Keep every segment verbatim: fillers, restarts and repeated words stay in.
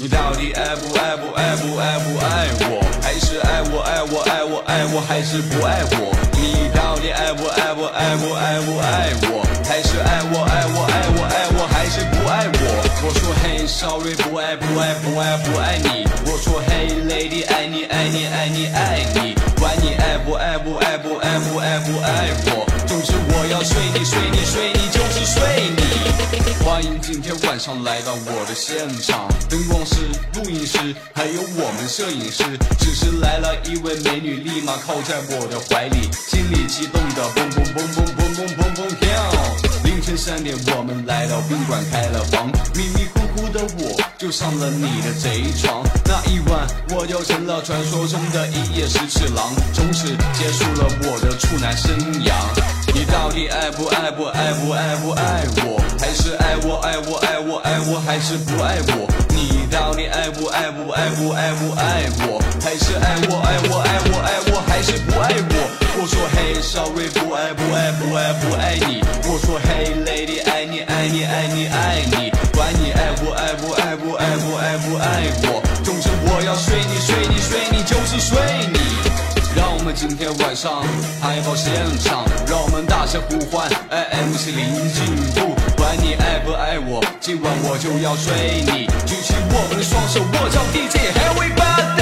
你到底爱不爱不爱不爱不爱我？还是爱我爱我爱我爱我还是不爱我？你到底爱不爱不爱不爱不爱我？还是爱我爱我爱我爱我还是不爱我？我说 Hey sorry 不爱不爱不爱不爱你。我说 Hey lady 爱你爱你爱你爱你。管你爱不爱不爱不爱不爱不爱我，总之我要睡你睡你睡你就是睡你。欢迎今天晚上来到我的现场，灯光师、录音师还有我们摄影师，只是来了一位美女，立马靠在我的怀里，心里激动的蹦蹦蹦蹦蹦蹦蹦蹦跳。凌晨三点，我们来到宾馆开了房，迷迷糊糊的我就上了你的贼床。那一晚，我就成了传说中的一夜十次郎，从此结束了我的处男生涯。你到底爱不爱不爱不爱不爱我？还是爱我爱我爱我爱我还是不爱我？你到底爱不爱不爱不爱不爱我？还是爱我爱我爱我爱我还是不爱我？我说 Hey sorry 不爱不爱不爱不爱你。我说 Hey lady 爱你爱你爱你爱你。管你爱不爱不爱不爱不爱不爱我，总之我要睡你睡你睡你就是睡你。让我们今天晚上嗨爆现场，让我们大声呼唤 M C 林进步。管你爱不爱我，今晚我就要睡你。举起我们的双手，我叫 D J Everybody。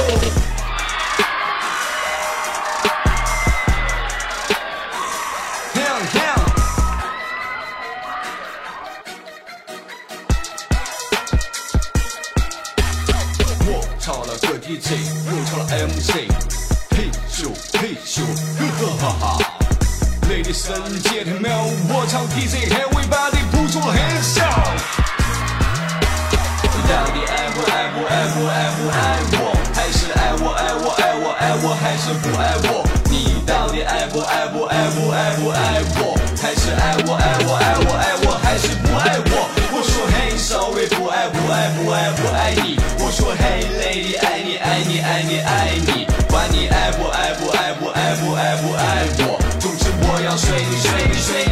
我炒了个 D J， 又炒了 M C。嘿咻嘿咻，呵哈哈哈 ！Ladies and gentlemen， 我唱 D J，Everybody put your hands up。你到底爱不爱不爱不爱不爱我？还是爱我爱我爱我爱我还是不爱我？你到底爱不爱不爱不爱不爱我？还是爱我爱我爱我爱我还是不爱我？我说 Hey sorry 不爱不爱不爱不爱你。我说 Hey lady 爱你爱你爱你爱你。管你爱不爱不爱不爱不爱不爱我，总之我要睡你睡你睡